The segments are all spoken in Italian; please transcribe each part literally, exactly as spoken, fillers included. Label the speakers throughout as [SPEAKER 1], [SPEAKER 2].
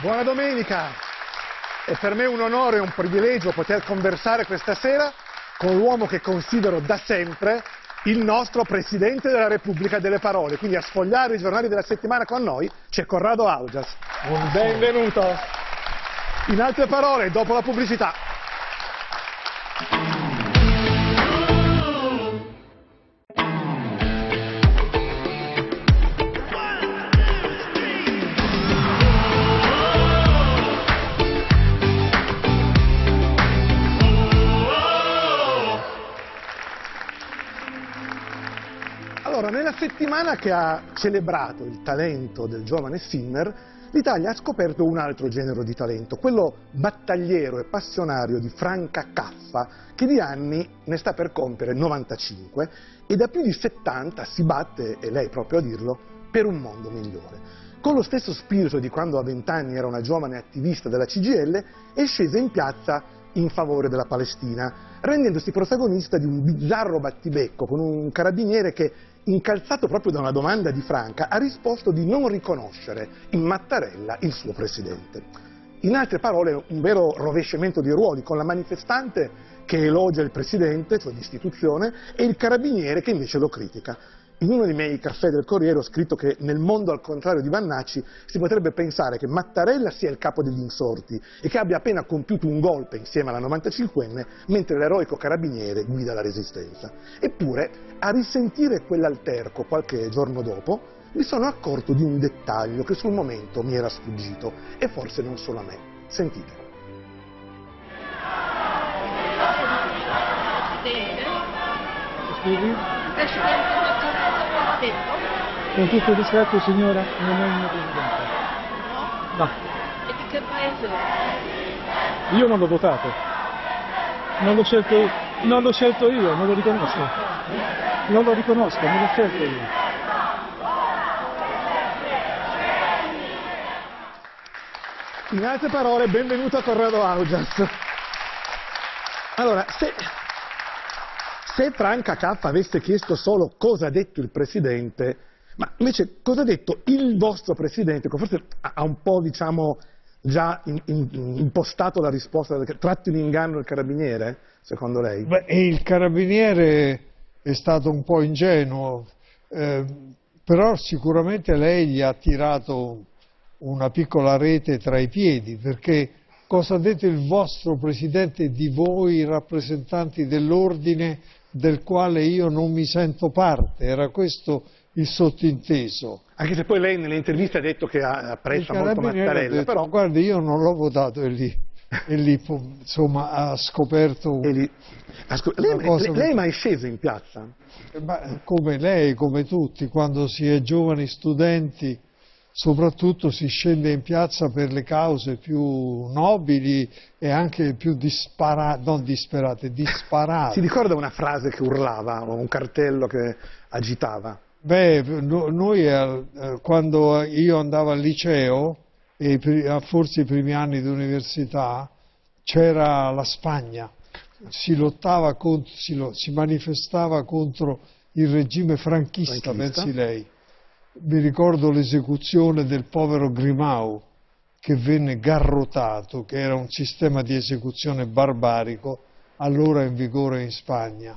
[SPEAKER 1] Buona domenica! È per me un onore e un privilegio poter conversare questa sera con l'uomo che considero da sempre il nostro Presidente della Repubblica delle Parole. Quindi a sfogliare i giornali della settimana con noi c'è Corrado Augias. Benvenuto! In altre parole, dopo la pubblicità. Allora, nella settimana che ha celebrato il talento del giovane Sinner, l'Italia ha scoperto un altro genere di talento, quello battagliero e passionario di Franca Caffa, che di anni ne sta per compiere novantacinque e da più di settanta si batte, e lei proprio a dirlo, per un mondo migliore. Con lo stesso spirito di quando a vent'anni era una giovane attivista della C G I L, è scesa in piazza in favore della Palestina, rendendosi protagonista di un bizzarro battibecco con un carabiniere che, incalzato proprio da una domanda di Franca, ha risposto di non riconoscere in Mattarella il suo presidente. In altre parole, un vero rovesciamento di ruoli, con la manifestante che elogia il presidente, cioè l'istituzione, e il carabiniere che invece lo critica. In uno dei miei caffè del Corriere ho scritto che nel mondo al contrario di Vannacci si potrebbe pensare che Mattarella sia il capo degli insorti e che abbia appena compiuto un golpe insieme alla novantacinquenne, mentre l'eroico carabiniere guida la resistenza. Eppure, a risentire quell'alterco qualche giorno dopo, mi sono accorto di un dettaglio che sul momento mi era sfuggito, e forse non solo a me. Sentitelo.
[SPEAKER 2] Scusi? Con tutto il rispetto, signora, non è il mio presidente.
[SPEAKER 3] No?
[SPEAKER 2] No.
[SPEAKER 3] E di che paese è?
[SPEAKER 2] Io non l'ho votato. Non l'ho scelto io. Non l'ho scelto io, non lo riconosco. Non lo riconosco, non l'ho scelto io.
[SPEAKER 1] In altre parole, benvenuto a Corrado Augias. Allora, se... Se Franca Caffa avesse chiesto solo cosa ha detto il Presidente, ma invece cosa ha detto il vostro Presidente, che forse ha un po', diciamo, già in, in, impostato la risposta, tratti in inganno il carabiniere, secondo lei?
[SPEAKER 4] Beh, il carabiniere è stato un po' ingenuo, eh, però sicuramente lei gli ha tirato una piccola rete tra i piedi, perché cosa ha detto il vostro Presidente di voi rappresentanti dell'ordine del quale io non mi sento parte? Era questo il sottinteso.
[SPEAKER 1] Anche se poi lei nelle interviste ha detto che apprezza molto Mattarella,
[SPEAKER 4] detto,
[SPEAKER 1] però...
[SPEAKER 4] Guardi, io non l'ho votato e lì, e lì insomma, ha scoperto...
[SPEAKER 1] E lì... Ascol... lei, lei, lei è mai sceso in piazza?
[SPEAKER 4] Ma come lei, come tutti, quando si è giovani studenti, soprattutto si scende in piazza per le cause più nobili e anche più disparate, non disperate, disparate.
[SPEAKER 1] Si ricorda una frase che urlava, o un cartello che agitava?
[SPEAKER 4] Beh, no, noi eh, quando io andavo al liceo, e forse i primi anni di università, c'era la Spagna, si lottava contro, si, lo, si manifestava contro il regime franchista,
[SPEAKER 1] franchista.
[SPEAKER 4] pensi lei. Mi ricordo l'esecuzione del povero Grimau, che venne garrotato, che era un sistema di esecuzione barbarico, allora in vigore in Spagna.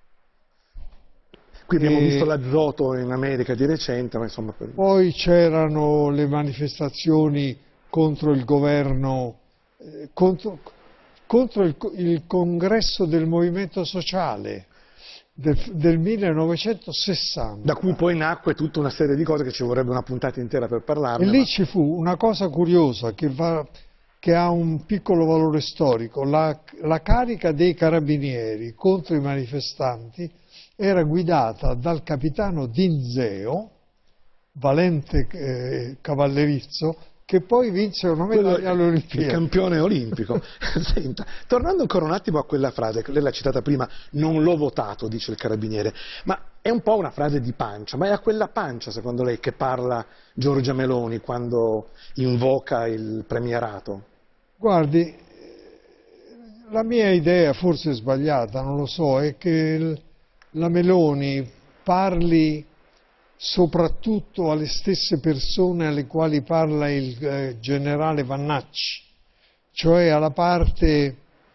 [SPEAKER 1] Qui abbiamo
[SPEAKER 4] e...
[SPEAKER 1] visto l'azoto in America di recente, ma insomma...
[SPEAKER 4] Poi c'erano le manifestazioni contro il governo, eh, contro, contro il, il congresso del movimento sociale, Del, del millenovecentosessanta.
[SPEAKER 1] Da cui poi nacque tutta una serie di cose che ci vorrebbe una puntata intera per parlarne.
[SPEAKER 4] E lì
[SPEAKER 1] ma...
[SPEAKER 4] ci fu una cosa curiosa che, va, che ha un piccolo valore storico. La, la carica dei carabinieri contro i manifestanti era guidata dal capitano Dinzeo, valente eh, cavallerizzo, che poi vinse una medaglia alle Olimpiadi.
[SPEAKER 1] Il campione olimpico. Senta, tornando ancora un attimo a quella frase, che lei l'ha citata prima, non l'ho votato, dice il carabiniere, ma è un po' una frase di pancia, ma è a quella pancia, secondo lei, che parla Giorgia Meloni quando invoca il premierato?
[SPEAKER 4] Guardi, la mia idea, forse sbagliata, non lo so, è che il, la Meloni parli soprattutto alle stesse persone alle quali parla il eh, generale Vannacci, cioè alla parte eh,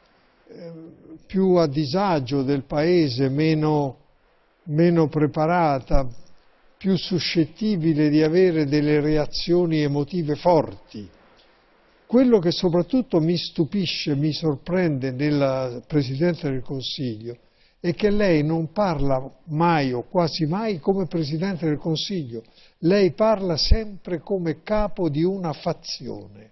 [SPEAKER 4] più a disagio del paese, meno, meno preparata, più suscettibile di avere delle reazioni emotive forti. Quello che soprattutto mi stupisce, mi sorprende nella Presidente del Consiglio è che lei non parla mai o quasi mai come Presidente del Consiglio, lei parla sempre come capo di una fazione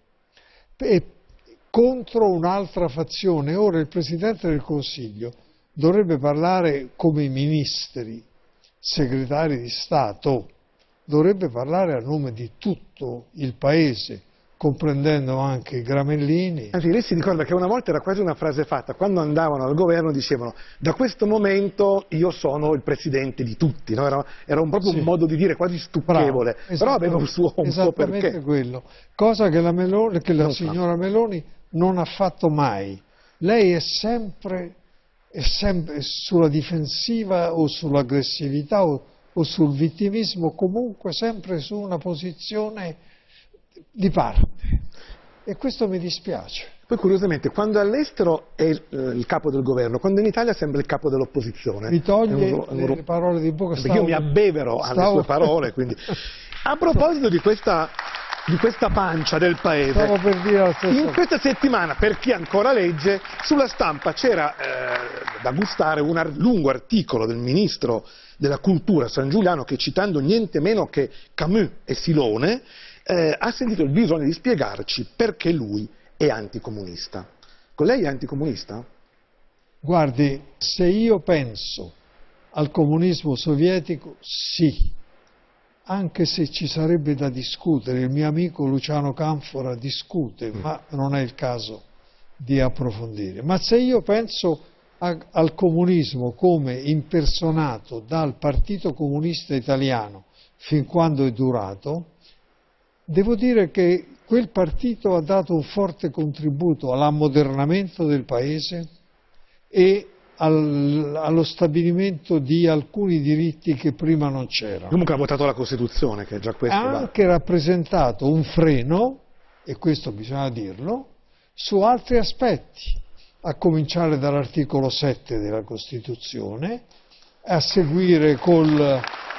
[SPEAKER 4] e contro un'altra fazione. Ora il Presidente del Consiglio dovrebbe parlare come i ministri, segretari di Stato, dovrebbe parlare a nome di tutto il Paese, comprendendo anche i Gramellini.
[SPEAKER 1] Anzi, lei si ricorda che una volta era quasi una frase fatta, quando andavano al governo dicevano da questo momento io sono il presidente di tutti, no? era, era un, proprio sì. un modo di dire quasi stucchevole,
[SPEAKER 4] Bravo,
[SPEAKER 1] però aveva un suo un po' perché.
[SPEAKER 4] Quello, cosa che la, Meloni, che la signora Meloni non ha fatto mai. Lei è sempre, è sempre sulla difensiva o sull'aggressività o, o sul vittimismo, comunque sempre su una posizione di parte, e questo mi dispiace.
[SPEAKER 1] Poi curiosamente quando è all'estero è il, eh, il capo del governo, quando in Italia sembra il capo dell'opposizione.
[SPEAKER 4] Mi toglie
[SPEAKER 1] un, un,
[SPEAKER 4] le parole di bocca.
[SPEAKER 1] Perché io mi abbevero alle
[SPEAKER 4] stavo...
[SPEAKER 1] sue parole. Quindi. A proposito di questa, di questa pancia del paese,
[SPEAKER 4] stavo per dire la stessa
[SPEAKER 1] in questa settimana, per chi ancora legge, sulla stampa c'era eh, da gustare un ar- lungo articolo del ministro della cultura San Giuliano che, citando niente meno che Camus e Silone, Eh, ha sentito il bisogno di spiegarci perché lui è anticomunista. Con lei è anticomunista?
[SPEAKER 4] Guardi, se io penso al comunismo sovietico, sì, anche se ci sarebbe da discutere. Il mio amico Luciano Canfora discute, mm. ma non è il caso di approfondire. Ma se io penso a, al comunismo come impersonato dal Partito Comunista Italiano fin quando è durato, devo dire che quel partito ha dato un forte contributo all'ammodernamento del Paese e al, allo stabilimento di alcuni diritti che prima non c'erano.
[SPEAKER 1] Comunque ha votato la Costituzione, che è già questo.
[SPEAKER 4] Ha anche va. rappresentato un freno, e questo bisogna dirlo, su altri aspetti, a cominciare dall'articolo sette della Costituzione, a seguire col...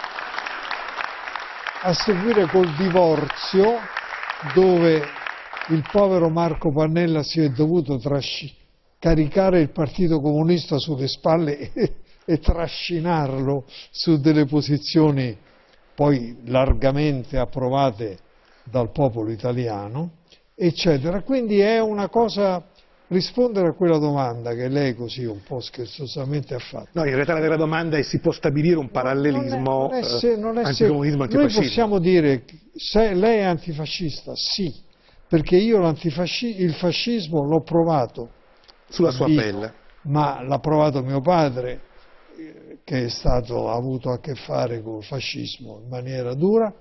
[SPEAKER 4] a seguire col divorzio, dove il povero Marco Pannella si è dovuto trasci- caricare il Partito Comunista sulle spalle e, e trascinarlo su delle posizioni poi largamente approvate dal popolo italiano, eccetera. Quindi è una cosa... rispondere a quella domanda che lei così un po' scherzosamente ha fatto.
[SPEAKER 1] No, in realtà la vera domanda è: si può stabilire un parallelismo
[SPEAKER 4] non è, non è se, non è
[SPEAKER 1] anticomunismo e
[SPEAKER 4] se,
[SPEAKER 1] antifascismo?
[SPEAKER 4] Noi possiamo dire se lei è antifascista, sì, perché io il fascismo l'ho provato
[SPEAKER 1] sulla sua
[SPEAKER 4] vivo,
[SPEAKER 1] pelle,
[SPEAKER 4] ma l'ha provato mio padre, che è stato, ha avuto a che fare con il fascismo in maniera dura,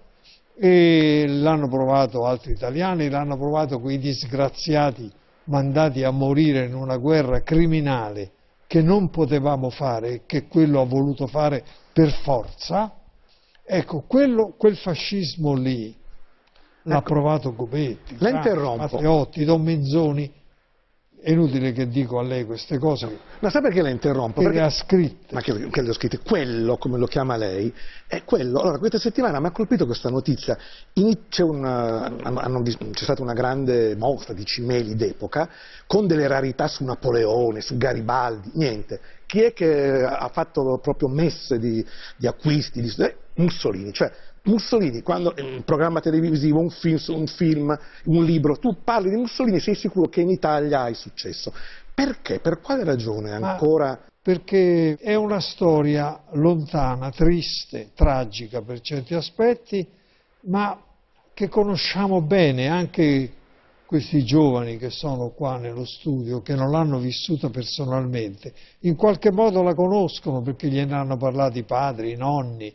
[SPEAKER 4] e l'hanno provato altri italiani, l'hanno provato quei disgraziati mandati a morire in una guerra criminale che non potevamo fare e che quello ha voluto fare per forza. Ecco, quello, quel fascismo lì l'ha ecco, provato Gobetti,
[SPEAKER 1] la interrompo.
[SPEAKER 4] Matteotti, Don Menzoni. È inutile che dico a lei queste cose.
[SPEAKER 1] Ma sa perché la interrompo?
[SPEAKER 4] Che
[SPEAKER 1] perché...
[SPEAKER 4] le ha scritte.
[SPEAKER 1] Ma che, che le ho scritte? Quello, come lo chiama lei, è quello. Allora, questa settimana mi ha colpito questa notizia. C'è, una, hanno, c'è stata una grande mostra di cimeli d'epoca con delle rarità su Napoleone, su Garibaldi, niente. Chi è che ha fatto proprio messe di, di acquisti? Di, eh, Mussolini, cioè Mussolini, quando in un programma televisivo, un film, un film, un libro, tu parli di Mussolini, sei sicuro che in Italia hai successo. Perché? Per quale ragione ancora?
[SPEAKER 4] Ma perché è una storia lontana, triste, tragica per certi aspetti, ma che conosciamo bene, anche questi giovani che sono qua nello studio, che non l'hanno vissuta personalmente, in qualche modo la conoscono perché gliene hanno parlato i padri, i nonni.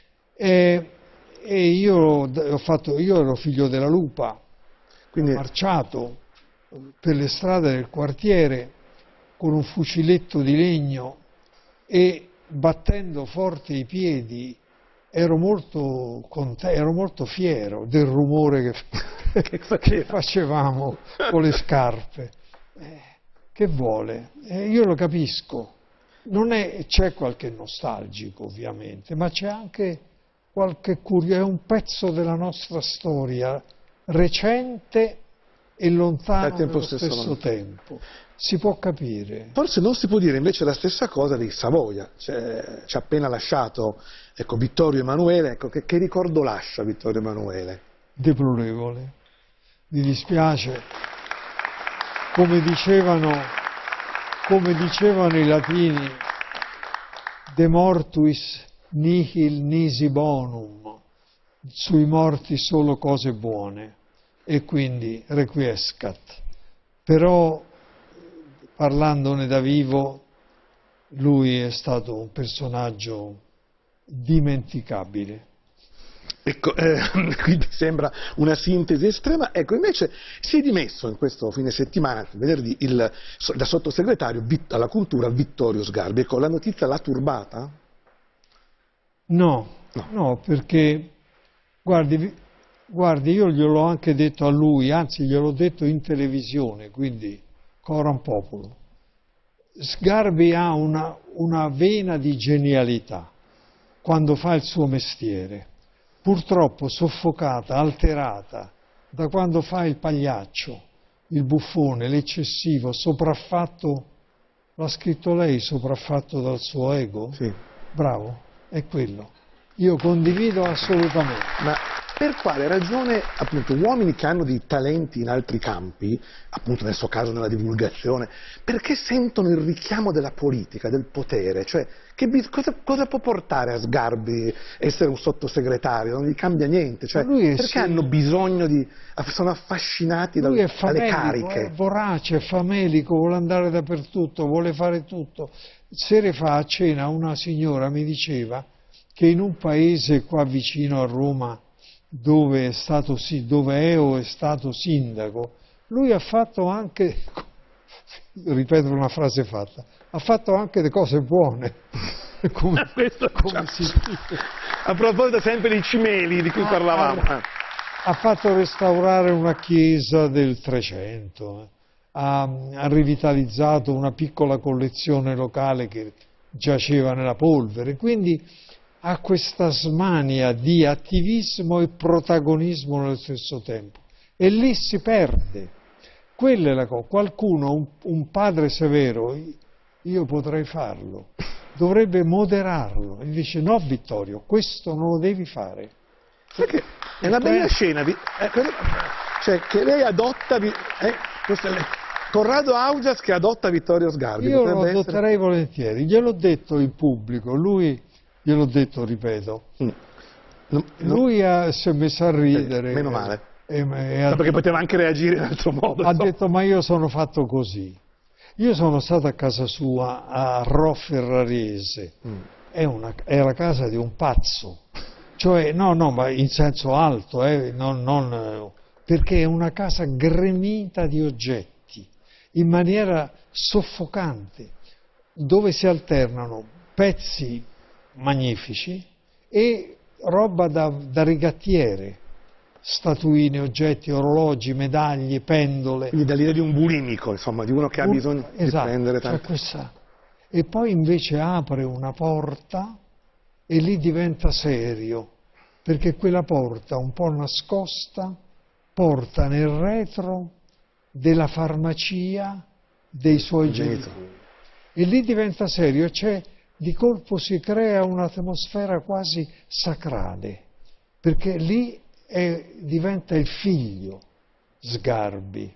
[SPEAKER 4] E, E io, ho fatto, io ero figlio della Lupa, quindi ho marciato per le strade del quartiere con un fuciletto di legno e battendo forte i piedi ero molto, ero molto fiero del rumore che, che, che facevamo con le scarpe. Eh, che vuole? Eh, io lo capisco. Non è, c'è qualche nostalgico ovviamente, ma c'è anche qualche curioso, è un pezzo della nostra storia recente e lontano allo stesso tempo. Si può capire.
[SPEAKER 1] Forse non si può dire invece la stessa cosa di Savoia. Cioè, ci ha appena lasciato, ecco, Vittorio Emanuele. Ecco, che, che ricordo lascia Vittorio Emanuele?
[SPEAKER 4] Deplorevole. Mi dispiace. Come dicevano, come dicevano i latini, de mortuis nihil nisi bonum, sui morti solo cose buone, e quindi requiescat. Però, parlandone da vivo, lui è stato un personaggio dimenticabile.
[SPEAKER 1] Ecco, eh, quindi sembra una sintesi estrema. Ecco, invece si è dimesso in questo fine settimana, venerdì, il, da sottosegretario alla cultura Vittorio Sgarbi. Ecco, la notizia l'ha turbata?
[SPEAKER 4] No, no, no, perché, guardi, guardi, io gliel'ho anche detto a lui, anzi gliel'ho detto in televisione, quindi coram popolo. Sgarbi ha una, una vena di genialità quando fa il suo mestiere, purtroppo soffocata, alterata, da quando fa il pagliaccio, il buffone, l'eccessivo, sopraffatto, l'ha scritto lei, sopraffatto dal suo ego?
[SPEAKER 1] Sì.
[SPEAKER 4] Bravo, è quello. Io condivido assolutamente.
[SPEAKER 1] Ma per quale ragione, appunto, uomini che hanno dei talenti in altri campi, appunto nel suo caso nella divulgazione, perché sentono il richiamo della politica, del potere? Cioè, che, cosa, cosa può portare a Sgarbi essere un sottosegretario? Non gli cambia niente. Cioè, perché sì, hanno bisogno di... sono affascinati da,
[SPEAKER 4] lui è
[SPEAKER 1] dalle
[SPEAKER 4] famelico,
[SPEAKER 1] cariche?
[SPEAKER 4] È vorace, è famelico, vuole andare dappertutto, vuole fare tutto. Sere fa a cena una signora mi diceva che in un paese qua vicino a Roma, dove è stato, dove è o è stato sindaco, lui ha fatto anche, ripeto una frase fatta, ha fatto anche le cose buone. Come,
[SPEAKER 1] Questo,
[SPEAKER 4] come si dice.
[SPEAKER 1] A proposito sempre dei cimeli di cui
[SPEAKER 4] ha,
[SPEAKER 1] parlavamo.
[SPEAKER 4] Ha, ha fatto restaurare una chiesa del Trecento, ha, ha rivitalizzato una piccola collezione locale che giaceva nella polvere, quindi ha questa smania di attivismo e protagonismo nello stesso tempo. E lì si perde. Quella è la cosa. Qualcuno, un, un padre severo, io potrei farlo, dovrebbe moderarlo. E dice, no Vittorio, questo non lo devi fare.
[SPEAKER 1] Perché è una bella scena, di, eh, cioè che lei adotta, eh, questo è Corrado Augias che adotta Vittorio Sgarbi.
[SPEAKER 4] Io lo
[SPEAKER 1] essere...
[SPEAKER 4] adotterei volentieri, gliel'ho detto in pubblico, lui... Gliel'ho detto, ripeto. Mm. No, no. Lui ha, si è messo a ridere.
[SPEAKER 1] Eh, meno male.
[SPEAKER 4] E, e
[SPEAKER 1] no,
[SPEAKER 4] ha
[SPEAKER 1] perché
[SPEAKER 4] detto,
[SPEAKER 1] poteva anche reagire in altro modo.
[SPEAKER 4] Ha
[SPEAKER 1] so.
[SPEAKER 4] detto, ma io sono fatto così. Io sono stato a casa sua a Ro Ferrarese. Mm. È, una, è la casa di un pazzo. Cioè, no, no, ma in senso alto, eh, non, non, perché è una casa gremita di oggetti, in maniera soffocante, dove si alternano pezzi magnifici e roba da, da rigattiere, statuine, oggetti, orologi, medaglie, pendole.
[SPEAKER 1] Quindi dall'idea di un bulimico, insomma, di uno che
[SPEAKER 4] un,
[SPEAKER 1] ha bisogno
[SPEAKER 4] esatto,
[SPEAKER 1] di prendere tanto.
[SPEAKER 4] Cioè questa, e poi invece apre una porta e lì diventa serio, perché quella porta un po' nascosta porta nel retro della farmacia dei suoi genitori. E lì diventa serio, c'è di colpo si crea un'atmosfera quasi sacrale, perché lì è, diventa il figlio Sgarbi.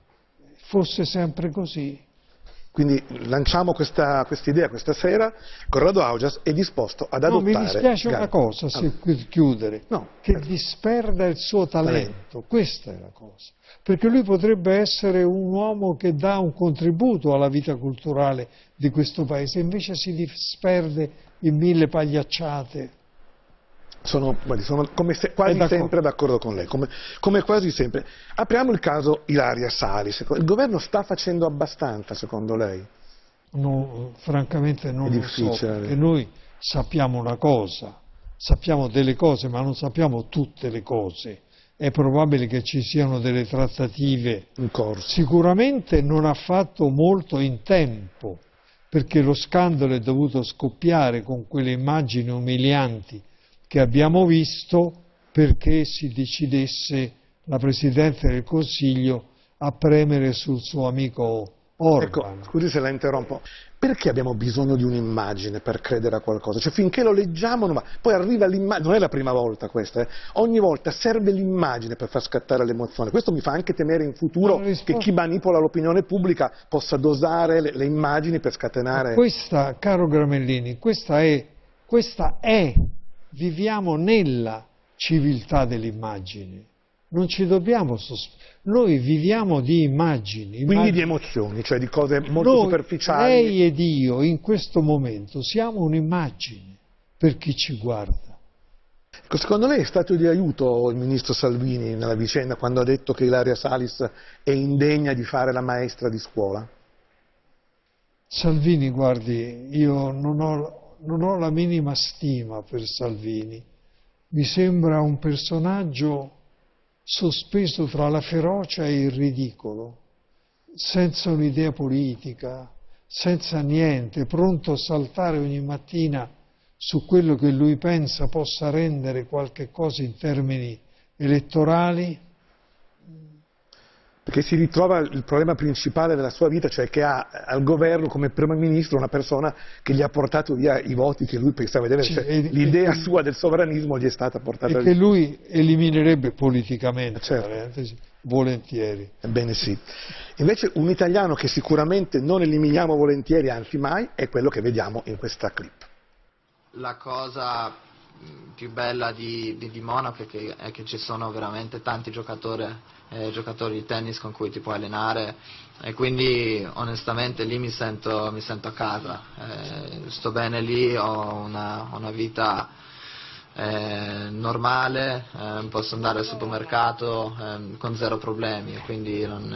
[SPEAKER 4] Fosse sempre così.
[SPEAKER 1] Quindi lanciamo questa idea questa sera. Corrado Augias è disposto ad adottare...
[SPEAKER 4] No, mi dispiace
[SPEAKER 1] Sgarbi.
[SPEAKER 4] Una cosa, se allora. chiudere,
[SPEAKER 1] no,
[SPEAKER 4] che
[SPEAKER 1] certo.
[SPEAKER 4] disperda il suo talento, talento, questa è la cosa. Perché lui potrebbe essere un uomo che dà un contributo alla vita culturale di questo paese, invece si disperde in mille pagliacciate.
[SPEAKER 1] Sono, sono come se, quasi d'accordo. sempre d'accordo con lei, come, come quasi sempre. Apriamo il caso Ilaria Salis. Il governo sta facendo abbastanza, secondo lei?
[SPEAKER 4] No, francamente non lo so, perché noi sappiamo una cosa, sappiamo delle cose, ma non sappiamo tutte le cose. È probabile che ci siano delle trattative
[SPEAKER 1] in corso.
[SPEAKER 4] Sicuramente non ha fatto molto in tempo, perché lo scandalo è dovuto scoppiare con quelle immagini umilianti che abbiamo visto, perché si decidesse la Presidente del Consiglio a premere sul suo amico Orban.
[SPEAKER 1] Ecco, scusi se la interrompo, perché abbiamo bisogno di un'immagine per credere a qualcosa? Cioè finché lo leggiamo, ma poi arriva l'immagine, non è la prima volta questa, eh? Ogni volta serve l'immagine per far scattare l'emozione. Questo mi fa anche temere in futuro risposta... che chi manipola l'opinione pubblica possa dosare le, le immagini per scatenare...
[SPEAKER 4] Ma questa, caro Gramellini, questa è, questa è, viviamo nella civiltà dell'immagine. Non ci dobbiamo sospendere. Noi viviamo di immagini, immagini.
[SPEAKER 1] Quindi di emozioni, cioè di cose molto
[SPEAKER 4] Noi,
[SPEAKER 1] superficiali.
[SPEAKER 4] Lei ed io in questo momento siamo un'immagine per chi ci guarda.
[SPEAKER 1] Ecco, secondo lei è stato di aiuto il ministro Salvini nella vicenda quando ha detto che Ilaria Salis è indegna di fare la maestra di scuola?
[SPEAKER 4] Salvini, guardi, io non ho, non ho la minima stima per Salvini. Mi sembra un personaggio sospeso tra la ferocia e il ridicolo, senza un'idea politica, senza niente, pronto a saltare ogni mattina su quello che lui pensa possa rendere qualche cosa in termini elettorali.
[SPEAKER 1] Perché si ritrova il problema principale della sua vita, cioè che ha al governo come primo ministro una persona che gli ha portato via i voti che lui pensava di avere. Cioè,
[SPEAKER 4] e,
[SPEAKER 1] l'idea
[SPEAKER 4] e,
[SPEAKER 1] sua del sovranismo gli è stata portata
[SPEAKER 4] e
[SPEAKER 1] via.
[SPEAKER 4] che lui eliminerebbe politicamente,
[SPEAKER 1] certo.
[SPEAKER 4] parentesi, volentieri.
[SPEAKER 1] Ebbene sì. Invece un italiano che sicuramente non eliminiamo volentieri, anzi mai, è quello che vediamo in questa clip.
[SPEAKER 5] La cosa più bella di, di, di Monaco è che, è che ci sono veramente tanti giocatori, eh, giocatori di tennis con cui ti puoi allenare e quindi onestamente lì mi sento, mi sento a casa, eh, sto bene lì, ho una, una vita eh, normale, eh, posso andare al supermercato eh, con zero problemi, quindi non,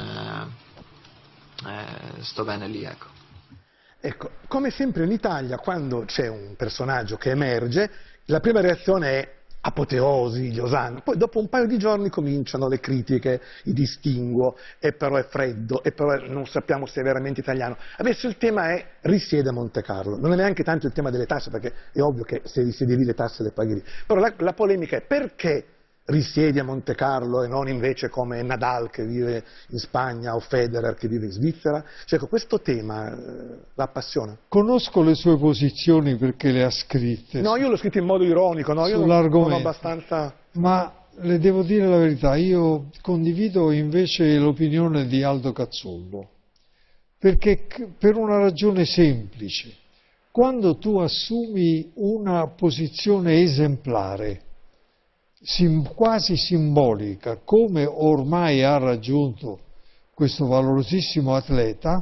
[SPEAKER 5] eh, eh, sto bene lì, ecco.
[SPEAKER 1] Ecco, come sempre in Italia, quando c'è un personaggio che emerge, la prima reazione è apoteosi, gli osanna, poi dopo un paio di giorni cominciano le critiche, i distinguo, e però è freddo, e però non sappiamo se è veramente italiano. Adesso il tema è risiede a Monte Carlo, non è neanche tanto il tema delle tasse, perché è ovvio che se risiedi lì le tasse le paghi lì, però la, la polemica è perché risiedi a Monte Carlo e non invece come Nadal che vive in Spagna o Federer che vive in Svizzera? Cioè, ecco, questo tema eh, la appassiona.
[SPEAKER 4] Conosco le sue posizioni perché le ha scritte.
[SPEAKER 1] No, io l'ho scritto in modo ironico, no? Io non, non ho abbastanza...
[SPEAKER 4] Ma le devo dire la verità, io condivido invece l'opinione di Aldo Cazzullo, perché per una ragione semplice, quando tu assumi una posizione esemplare, Sim, quasi simbolica, come ormai ha raggiunto questo valorosissimo atleta,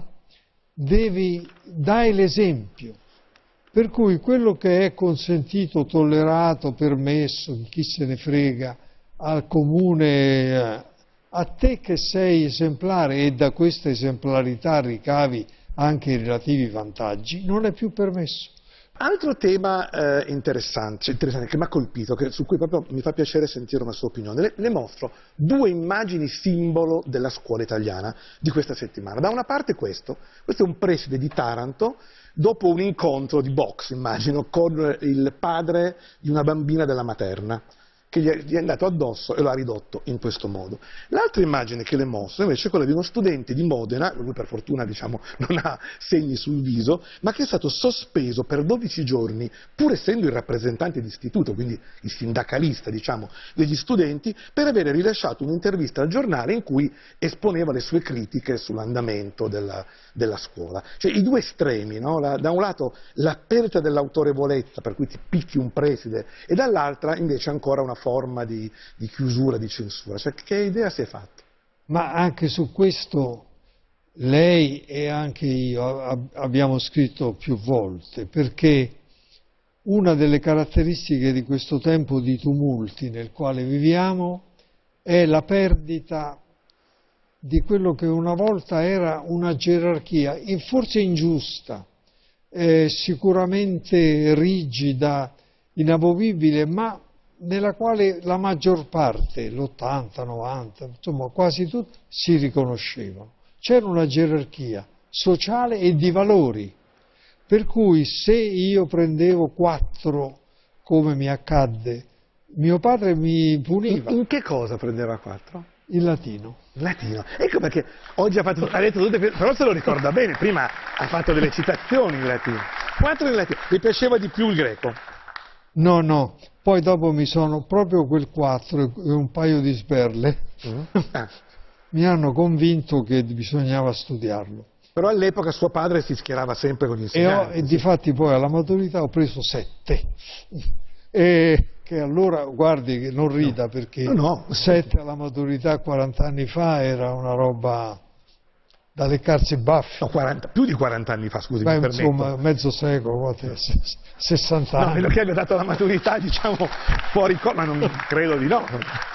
[SPEAKER 4] devi dare l'esempio. Per cui quello che è consentito, tollerato, permesso, chi se ne frega, al comune, a te che sei esemplare e da questa esemplarità ricavi anche i relativi vantaggi, non è più permesso.
[SPEAKER 1] Altro tema eh, interessante, interessante che mi ha colpito, che, su cui proprio mi fa piacere sentire una sua opinione. Le, le mostro due immagini simbolo della scuola italiana di questa settimana. Da una parte questo, questo è un preside di Taranto, dopo un incontro di box, immagino, con il padre di una bambina della materna, che gli è, gli è andato addosso e lo ha ridotto in questo modo. L'altra immagine che le mostro invece è quella di uno studente di Modena, lui per fortuna diciamo non ha segni sul viso, ma che è stato sospeso per dodici giorni, pur essendo il rappresentante d'istituto, quindi il sindacalista diciamo degli studenti, per avere rilasciato un'intervista al giornale in cui esponeva le sue critiche sull'andamento della, della scuola. Cioè i due estremi, no? La, da un lato la perdita dell'autorevolezza per cui ti picchi un preside e dall'altra invece ancora una forma di, di chiusura, di censura. Cioè, che idea si è fatta?
[SPEAKER 4] Ma anche su questo lei e anche io abbiamo scritto più volte, perché una delle caratteristiche di questo tempo di tumulti nel quale viviamo è la perdita di quello che una volta era una gerarchia, forse ingiusta, eh, sicuramente rigida inamovibile, ma nella quale la maggior parte, l'ottanta, novanta, insomma quasi tutti, si riconoscevano. C'era una gerarchia sociale e di valori, per cui se io prendevo quattro, come mi accadde, mio padre mi puniva.
[SPEAKER 1] In che cosa prendeva quattro?
[SPEAKER 4] Il latino.
[SPEAKER 1] Il latino. Ecco perché oggi ha, fatto, ha detto tutte, però se lo ricorda bene, prima ha fatto delle citazioni in latino. Quattro in latino. Mi piaceva di più il greco?
[SPEAKER 4] No, no. Poi dopo mi sono, proprio quel quattro e un paio di sberle, mm. ah. mi hanno convinto che bisognava studiarlo.
[SPEAKER 1] Però all'epoca suo padre si schierava sempre con gli insegnanti.
[SPEAKER 4] E, ho, e difatti poi alla maturità ho preso sette. E che allora, guardi, che non rida, no. perché no, no. sette alla maturità quaranta anni fa era una roba da leccarsi i baffi.
[SPEAKER 1] No, quaranta, più di quaranta anni fa, scusi,
[SPEAKER 4] Beh,
[SPEAKER 1] mi
[SPEAKER 4] insomma,
[SPEAKER 1] permetto.
[SPEAKER 4] mezzo secolo, sessanta anni.
[SPEAKER 1] No, quello che abbia dato la maturità, diciamo, fuori ma non credo di no.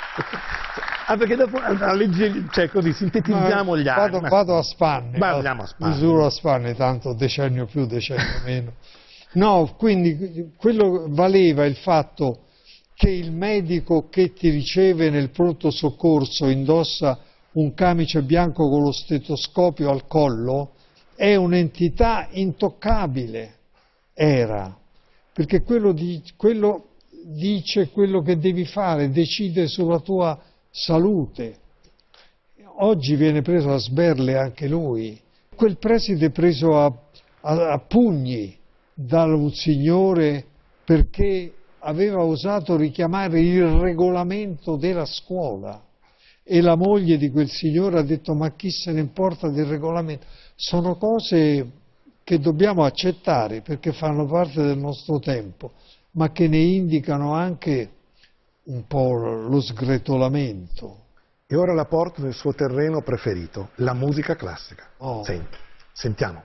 [SPEAKER 1] Ah, perché dopo a legge, cioè così sintetizziamo gli anni.
[SPEAKER 4] Vado, vado a spanne,
[SPEAKER 1] vado, a spanne.
[SPEAKER 4] misuro a spanne, tanto decennio più, decennio meno. No, quindi quello valeva il fatto che il medico che ti riceve nel pronto soccorso indossa un camice bianco con lo stetoscopio al collo, è un'entità intoccabile, era, perché quello, di, quello dice quello che devi fare, decide sulla tua salute. Oggi viene preso a sberle anche lui. Quel preside preso a, a, a pugni da un signore perché aveva osato richiamare il regolamento della scuola e la moglie di quel signore ha detto ma chi se ne importa del regolamento? Sono cose che dobbiamo accettare perché fanno parte del nostro tempo, ma che ne indicano anche un po' lo sgretolamento.
[SPEAKER 1] E ora la porto nel suo terreno preferito, la musica classica.
[SPEAKER 4] Oh.
[SPEAKER 1] Senti, sentiamo.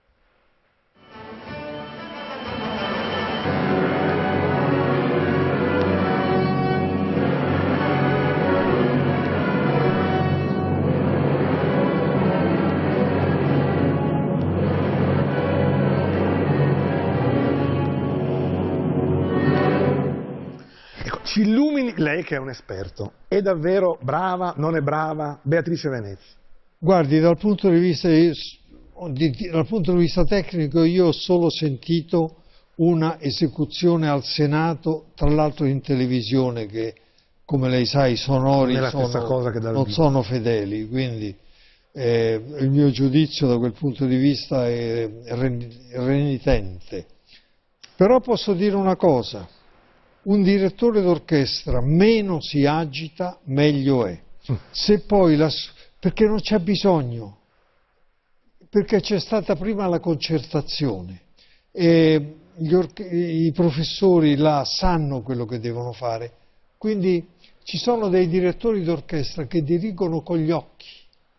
[SPEAKER 1] Ci illumini lei che è un esperto, è davvero brava, non è brava, Beatrice Venezzi?
[SPEAKER 4] Guardi, dal punto di vista, dal punto di vista tecnico io ho solo sentito una esecuzione al Senato, tra l'altro in televisione, che come lei sa i sonori
[SPEAKER 1] non,
[SPEAKER 4] sono,
[SPEAKER 1] cosa che
[SPEAKER 4] non sono fedeli, quindi eh, il mio giudizio da quel punto di vista è renitente. Però posso dire una cosa. Un direttore d'orchestra meno si agita, meglio è. Se poi la, perché non c'è bisogno, perché c'è stata prima la concertazione e gli i professori là sanno quello che devono fare, quindi ci sono dei direttori d'orchestra che dirigono con gli occhi.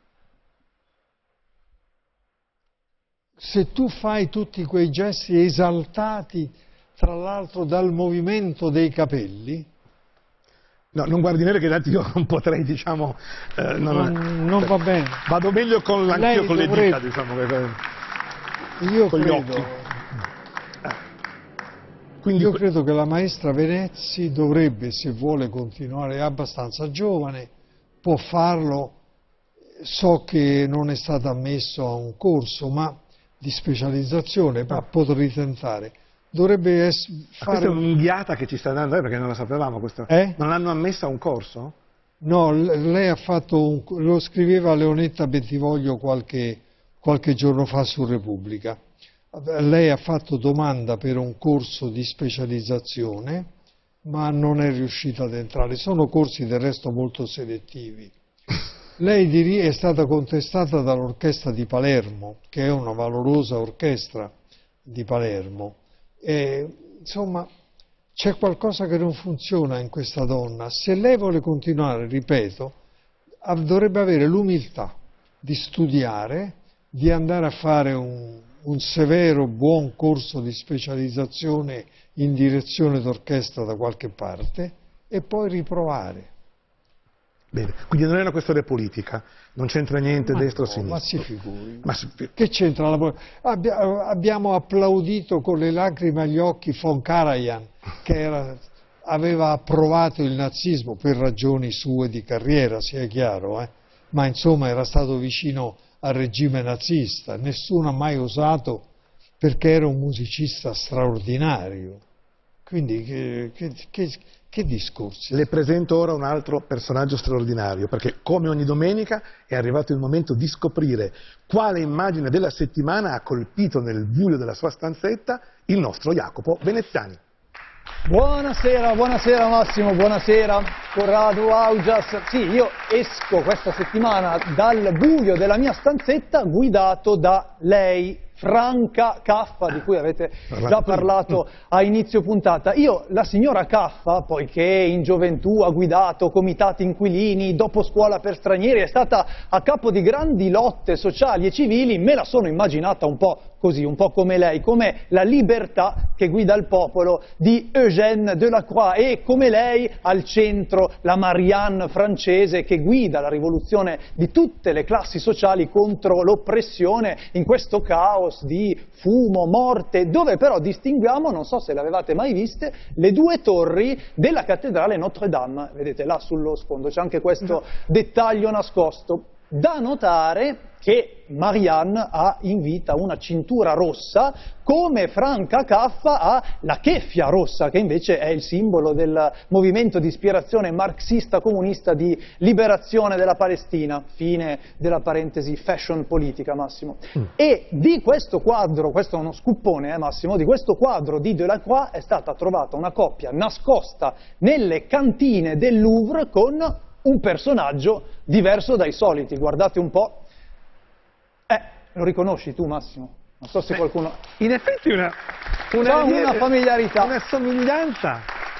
[SPEAKER 4] Se tu fai tutti quei gesti esaltati, tra l'altro dal movimento dei capelli.
[SPEAKER 1] No, non guardi nere che tanto io non potrei, diciamo... Eh, non,
[SPEAKER 4] non, non va bene.
[SPEAKER 1] Vado meglio con, anch'io con dovrebbe, le dita, diciamo. Che,
[SPEAKER 4] io
[SPEAKER 1] con
[SPEAKER 4] credo,
[SPEAKER 1] gli occhi. Eh. Quindi,
[SPEAKER 4] io credo che la maestra Venezzi dovrebbe, se vuole continuare, è abbastanza giovane, può farlo, so che non è stato ammesso a un corso ma di specializzazione, ma potrei tentare. Dovrebbe fare...
[SPEAKER 1] Questa è un'inghiata che ci sta dando, eh, perché non la sapevamo. Questo.
[SPEAKER 4] Eh?
[SPEAKER 1] Non l'hanno ammessa a un corso?
[SPEAKER 4] No, lei ha fatto un... lo scriveva Leonetta Bentivoglio qualche, qualche giorno fa su Repubblica. Lei ha fatto domanda per un corso di specializzazione, ma non è riuscita ad entrare. Sono corsi del resto molto selettivi. Lei è stata contestata dall'orchestra di Palermo, che è una valorosa orchestra di Palermo. E, insomma, c'è qualcosa che non funziona in questa donna. Se lei vuole continuare, ripeto, dovrebbe avere l'umiltà di studiare, di andare a fare un, un severo, buon corso di specializzazione in direzione d'orchestra da qualche parte e poi riprovare.
[SPEAKER 1] Bene, quindi non è una questione politica, non c'entra niente
[SPEAKER 4] ma
[SPEAKER 1] destra
[SPEAKER 4] no,
[SPEAKER 1] o sinistra.
[SPEAKER 4] Ma si figuri.
[SPEAKER 1] Ma si...
[SPEAKER 4] Che c'entra la politica? Abbia, abbiamo applaudito con le lacrime agli occhi von Karajan, che era, aveva approvato il nazismo per ragioni sue di carriera, sia chiaro, eh? Ma insomma era stato vicino al regime nazista, nessuno ha mai osato, perché era un musicista straordinario. Quindi che, che, che, che discorsi?
[SPEAKER 1] Le presento ora un altro personaggio straordinario, perché come ogni domenica è arrivato il momento di scoprire quale immagine della settimana ha colpito nel buio della sua stanzetta il nostro Jacopo Veneziani.
[SPEAKER 6] Buonasera, buonasera Massimo, buonasera Corrado Augias. Sì, io esco questa settimana dal buio della mia stanzetta guidato da lei, Franca Caffa, di cui avete già parlato a inizio puntata. Io, la signora Caffa, poiché in gioventù ha guidato comitati inquilini, dopo scuola per stranieri, è stata a capo di grandi lotte sociali e civili, me la sono immaginata un po' così, un po' come lei, come la libertà che guida il popolo di Eugène Delacroix, e come lei al centro la Marianne francese che guida la rivoluzione di tutte le classi sociali contro l'oppressione in questo caos di fumo, morte, dove però distinguiamo, non so se le avevate mai viste, le due torri della cattedrale Notre-Dame. Vedete là sullo sfondo, c'è anche questo dettaglio nascosto. Da notare che Marianne ha in vita una cintura rossa, come Franca Caffa ha la keffia rossa, che invece è il simbolo del movimento di ispirazione marxista-comunista di liberazione della Palestina, fine della parentesi fashion politica, Massimo. Mm. E di questo quadro, questo è uno scuppone, eh, Massimo, di questo quadro di Delacroix è stata trovata una coppia nascosta nelle cantine del Louvre con un personaggio diverso dai soliti. Guardate un po'. Eh, lo riconosci tu, Massimo? Non so se qualcuno...
[SPEAKER 1] In effetti una... Una,
[SPEAKER 6] una familiarità.
[SPEAKER 1] Una somiglianza.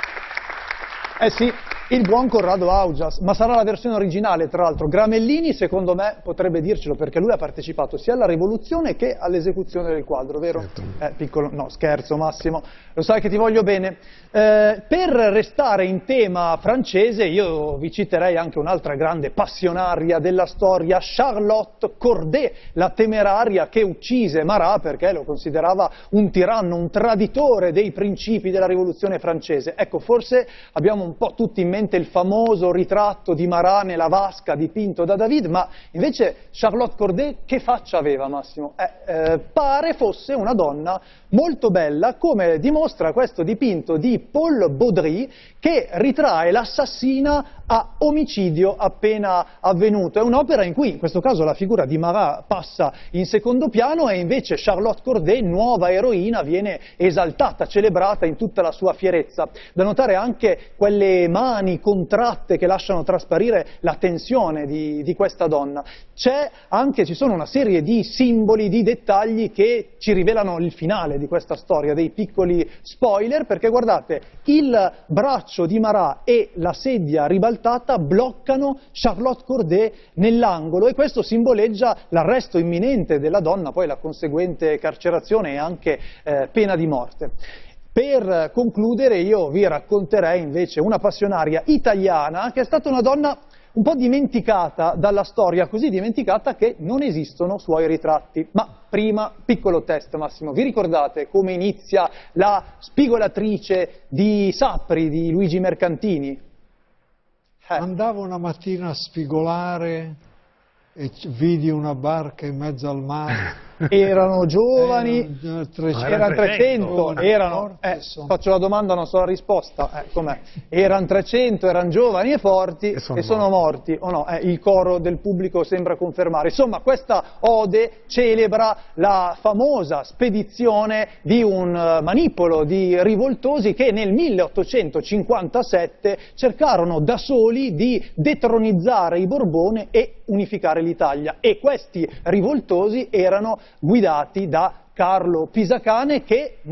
[SPEAKER 6] Eh sì, il buon Corrado Augias, ma sarà la versione originale, tra l'altro. Gramellini, secondo me, potrebbe dircelo, perché lui ha partecipato sia alla rivoluzione che all'esecuzione del quadro, vero?
[SPEAKER 1] Certo.
[SPEAKER 6] Eh, piccolo... No, scherzo, Massimo, lo sai che ti voglio bene. Eh, per restare in tema francese, io vi citerei anche un'altra grande passionaria della storia, Charlotte Corday, la temeraria che uccise Marat perché lo considerava un tiranno, un traditore dei principi della rivoluzione francese. Ecco, forse abbiamo un po' tutti in mente il famoso ritratto di Marat nella vasca dipinto da David, ma invece Charlotte Corday che faccia aveva, Massimo? Eh, eh, pare fosse una donna molto bella, come dimostra questo dipinto di Paul Baudry, che ritrae l'assassina a omicidio appena avvenuto. È un'opera in cui, in questo caso, la figura di Marat passa in secondo piano e invece Charlotte Corday, nuova eroina, viene esaltata, celebrata in tutta la sua fierezza. Da notare anche quelle mani contratte che lasciano trasparire la tensione di, di questa donna. C'è anche, ci sono una serie di simboli, di dettagli che ci rivelano il finale di questa storia, dei piccoli spoiler, perché guardate, il braccio di Marat e la sedia ribaltata bloccano Charlotte Corday nell'angolo, e questo simboleggia l'arresto imminente della donna, poi la conseguente carcerazione e anche eh, pena di morte. Per concludere io vi racconterei invece una passionaria italiana che è stata una donna un po' dimenticata dalla storia, così dimenticata che non esistono suoi ritratti. Ma prima, piccolo test, Massimo, vi ricordate come inizia la spigolatrice di Sapri, di Luigi Mercantini?
[SPEAKER 4] Eh. Andavo una mattina a spigolare e vidi una barca in mezzo al mare.
[SPEAKER 6] Erano giovani,
[SPEAKER 4] erano
[SPEAKER 6] trecento, erano trecento, erano, eh, faccio la domanda, non so la risposta, eh, com'è? Erano trecento, erano giovani e forti e sono, e sono morti, o no? Eh, il coro del pubblico sembra confermare. Insomma, questa ode celebra la famosa spedizione di un manipolo di rivoltosi che nel milleottocentocinquantasette cercarono da soli di detronizzare i Borbone e unificare l'Italia, e questi rivoltosi erano guidati da Carlo Pisacane, che morì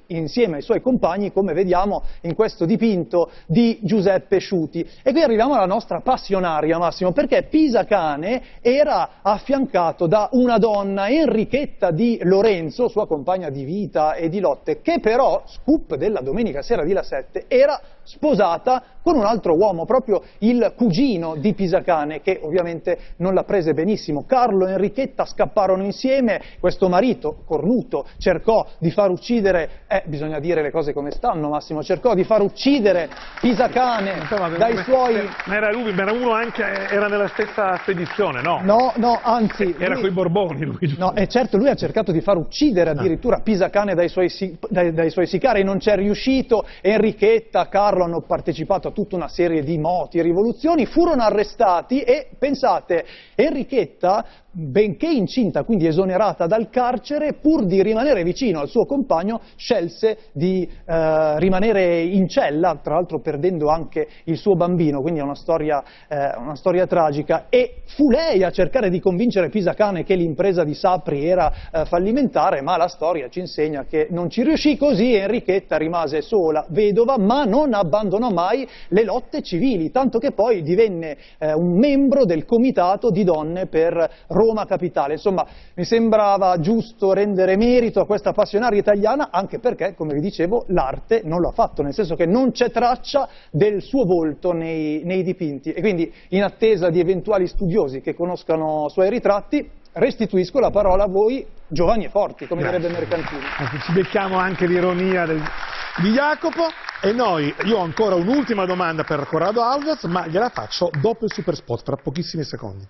[SPEAKER 6] insieme ai suoi compagni, come vediamo in questo dipinto di Giuseppe Sciuti. E qui arriviamo alla nostra passionaria, Massimo, perché Pisacane era affiancato da una donna, Enrichetta di Lorenzo, sua compagna di vita e di lotte, che però, scoop della domenica sera di La Sette, era sposata con un altro uomo, proprio il cugino di Pisacane, che ovviamente non la prese benissimo. Carlo e Enrichetta scapparono insieme, questo marito cornuto cercò di far uccidere, eh, bisogna dire le cose come stanno, Massimo, cercò di far uccidere Pisacane
[SPEAKER 1] Insomma,
[SPEAKER 6] dai
[SPEAKER 1] ma,
[SPEAKER 6] suoi...
[SPEAKER 1] Ma era lui, ma era uno anche, era nella stessa spedizione, no?
[SPEAKER 6] No, no, anzi...
[SPEAKER 1] Era
[SPEAKER 6] lui...
[SPEAKER 1] coi Borboni lui.
[SPEAKER 6] No, e certo, lui ha cercato di far uccidere addirittura Pisacane dai suoi, dai, dai suoi sicari, non c'è riuscito. Enrichetta, Carlo hanno partecipato a tutta una serie di moti e rivoluzioni, furono arrestati e, pensate, Enrichetta, benché incinta, quindi esonerata dal carcere, pur di rimanere vicino al suo compagno, scelse di eh, rimanere in cella, tra l'altro perdendo anche il suo bambino, quindi è una storia, eh, una storia tragica, e fu lei a cercare di convincere Pisacane che l'impresa di Sapri era eh, fallimentare, ma la storia ci insegna che non ci riuscì, così Enrichetta rimase sola, vedova, ma non abbandonò mai le lotte civili, tanto che poi divenne eh, un membro del comitato di donne per Roma Capitale. Insomma, mi sembrava giusto rendere merito a questa passionaria italiana, anche perché, come vi dicevo, l'arte non lo ha fatto, nel senso che non c'è traccia del suo volto nei, nei dipinti, e quindi, in attesa di eventuali studiosi che conoscano i suoi ritratti, restituisco la parola a voi, giovani e forti, come
[SPEAKER 1] Grazie.
[SPEAKER 6] direbbe Mercantini.
[SPEAKER 1] Ci becchiamo anche l'ironia del... di Jacopo, e noi, io ho ancora un'ultima domanda per Corrado Alves, ma gliela faccio dopo il super spot, fra pochissimi secondi.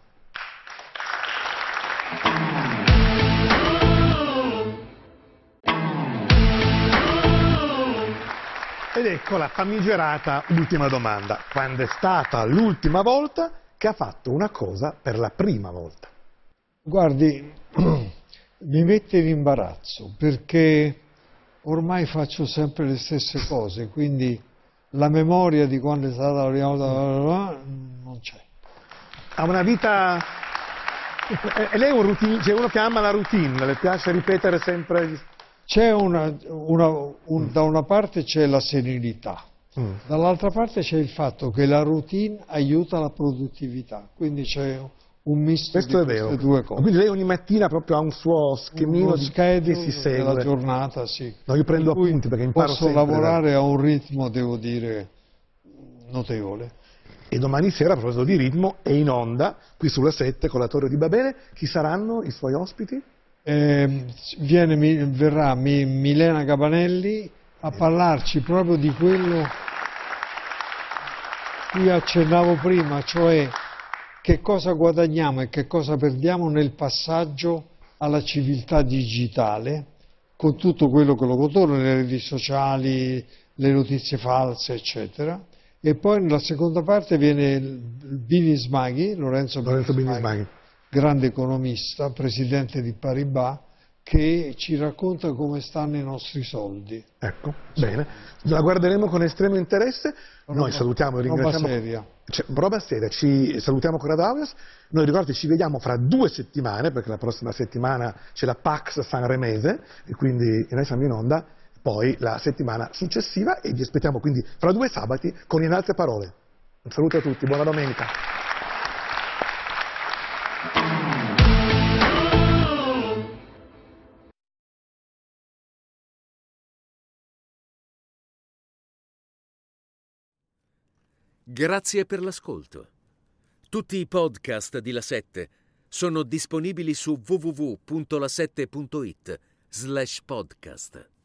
[SPEAKER 1] Ed ecco la famigerata ultima domanda. Quando è stata l'ultima volta che ha fatto una cosa per la prima volta?
[SPEAKER 4] Guardi, mi mette in imbarazzo perché ormai faccio sempre le stesse cose, quindi la memoria di quando è stata la prima volta non c'è.
[SPEAKER 1] Ha una vita... E lei è un routine, c'è uno che ama la routine, le piace ripetere sempre...
[SPEAKER 4] C'è una, una un, da una parte c'è la serenità, mm. dall'altra parte c'è il fatto che la routine aiuta la produttività, quindi c'è un misto
[SPEAKER 1] Questo
[SPEAKER 4] di
[SPEAKER 1] è
[SPEAKER 4] queste
[SPEAKER 1] vero.
[SPEAKER 4] due cose.
[SPEAKER 1] Quindi lei ogni mattina proprio ha un suo schemino
[SPEAKER 4] Uno
[SPEAKER 1] di
[SPEAKER 4] schedule
[SPEAKER 1] che si segue.
[SPEAKER 4] della giornata, sì.
[SPEAKER 1] No, io prendo
[SPEAKER 4] In cui
[SPEAKER 1] appunti perché imparo
[SPEAKER 4] posso
[SPEAKER 1] sempre
[SPEAKER 4] lavorare
[SPEAKER 1] da...
[SPEAKER 4] a un ritmo, devo dire, notevole.
[SPEAKER 1] E domani sera, a proposito di ritmo, è in onda, qui sulla sette con la Torre di Babele. Chi saranno i suoi ospiti?
[SPEAKER 4] Eh, viene, mi, verrà mi, Milena Capanelli a parlarci proprio di quello cui accennavo prima, cioè che cosa guadagniamo e che cosa perdiamo nel passaggio alla civiltà digitale, con tutto quello che lo contorna, le reti sociali, le notizie false, eccetera. E poi nella seconda parte viene Bini Smaghi, Lorenzo,
[SPEAKER 1] Lorenzo
[SPEAKER 4] Bini
[SPEAKER 1] Bini Smaghi,
[SPEAKER 4] grande economista, presidente di Paribas, che ci racconta come stanno i nostri soldi.
[SPEAKER 1] Ecco, bene, la guarderemo con estremo interesse. Noi
[SPEAKER 4] Roba,
[SPEAKER 1] salutiamo e ringraziamo.
[SPEAKER 4] Roba seria.
[SPEAKER 1] Cioè, roba seria, ci salutiamo con Radavias. Noi ricordi ci vediamo fra due settimane, perché la prossima settimana c'è la Pax Sanremese, e quindi noi siamo in onda, poi la settimana successiva, e vi aspettiamo quindi fra due sabati con In Altre Parole. Un saluto a tutti, buona domenica.
[SPEAKER 7] Grazie per l'ascolto. Tutti i podcast di La Sette sono disponibili su w w w punto la sette punto it slash podcast.